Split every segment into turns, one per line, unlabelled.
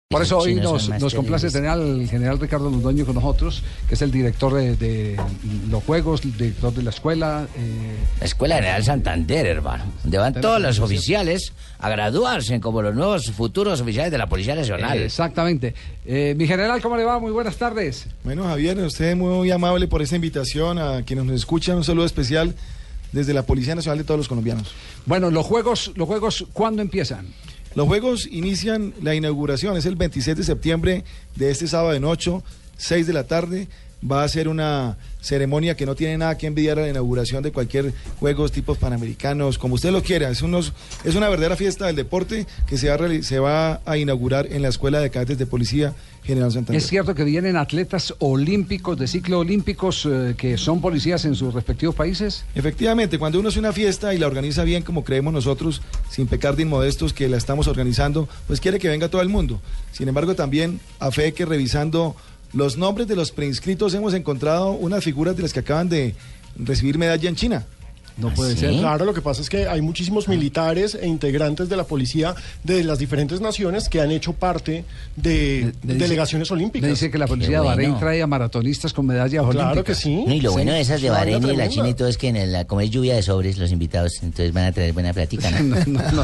Por eso hoy nos complace tener al general Ricardo Londoño con nosotros, que es el director de los juegos, el director de la escuela.
La Escuela General Santander, hermano. Donde van todos los oficiales a graduarse como los nuevos futuros oficiales de la Policía Nacional.
Exactamente. Mi general, ¿cómo le va? Muy buenas tardes.
Bueno, Javier, usted es muy amable por esa invitación. A quienes nos escuchan, un saludo especial desde la Policía Nacional de todos los colombianos.
Bueno, los juegos, ¿cuándo empiezan?
Los juegos inician la inauguración, es el 26 de septiembre de este sábado en 6 de la tarde. Va a ser una ceremonia que no tiene nada que envidiar a la inauguración de cualquier juegos tipos panamericanos, como usted lo quiera. Es una verdadera fiesta del deporte que se va a inaugurar en la Escuela de Cadetes de Policía General Santander.
¿Es cierto que vienen atletas olímpicos, de ciclo olímpicos, que son policías en sus respectivos países?
Efectivamente, cuando uno hace una fiesta y la organiza bien, como creemos nosotros, sin pecar de inmodestos que la estamos organizando, pues quiere que venga todo el mundo. Sin embargo, también a fe que revisando los nombres de los preinscritos hemos encontrado unas figuras de las que acaban de recibir medalla en China.
No puede ser.
Claro, lo que pasa es que hay muchísimos militares e integrantes de la policía de las diferentes naciones que han hecho parte de delegaciones olímpicas.
Me dice que la policía de Bahrein trae a maratonistas con medallas olímpicas.
Claro que sí.
No, y lo bueno de esas de Bahrein y de la
tremenda.
China y todo es que como es lluvia de sobres los invitados, entonces van a traer buena plática, ¿no?
No.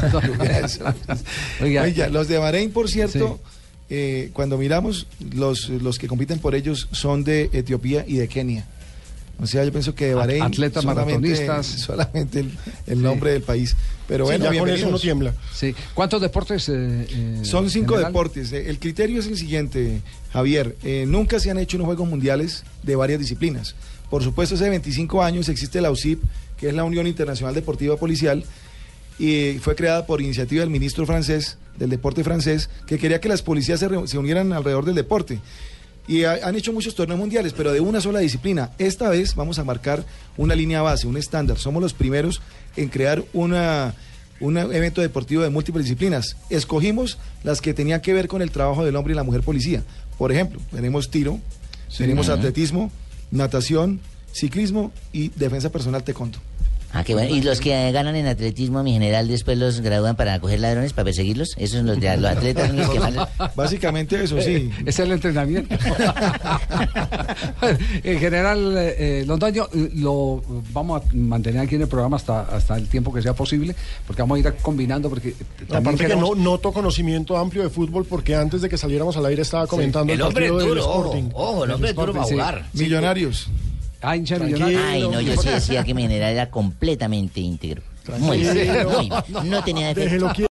Oiga, los de Bahrein, por cierto, cuando miramos, los que compiten por ellos son de Etiopía y de Kenia. O sea, yo pienso que de Bahrein
atletas maratonistas,
solamente el nombre del país. Pero bueno,
ya con eso uno tiembla.
Sí. ¿Cuántos deportes?
Son 5
general?
deportes. El criterio es el siguiente, Javier. Nunca se han hecho unos Juegos Mundiales de varias disciplinas. Por supuesto, hace 25 años existe la UCIP, que es la Unión Internacional Deportiva Policial, y fue creada por iniciativa del ministro francés, del deporte francés, que quería que las policías se unieran alrededor del deporte. Y han hecho muchos torneos mundiales, pero de una sola disciplina. Esta vez vamos a marcar una línea base, un estándar. Somos los primeros en crear un evento deportivo de múltiples disciplinas. Escogimos las que tenían que ver con el trabajo del hombre y la mujer policía. Por ejemplo, tenemos tiro, tenemos atletismo, natación, ciclismo y defensa personal taekwondo.
Ah, qué bueno. ¿Y los que ganan en atletismo, mi general, después los gradúan para coger ladrones, para perseguirlos? ¿Esos son los atletas son los que más...
Básicamente eso, sí.
Es el entrenamiento. En general, Londoño, lo vamos a mantener aquí en el programa hasta el tiempo que sea posible, porque vamos a ir combinando, porque
aparte queremos... que noto conocimiento amplio de fútbol, porque antes de que saliéramos al aire estaba comentando
el hombre
partido
duro,
del Sporting.
Ojo, el hombre duro va a jugar.
Millonarios.
Ay, no, yo sí decía que mi general era completamente íntegro. Muy, no tenía defecto.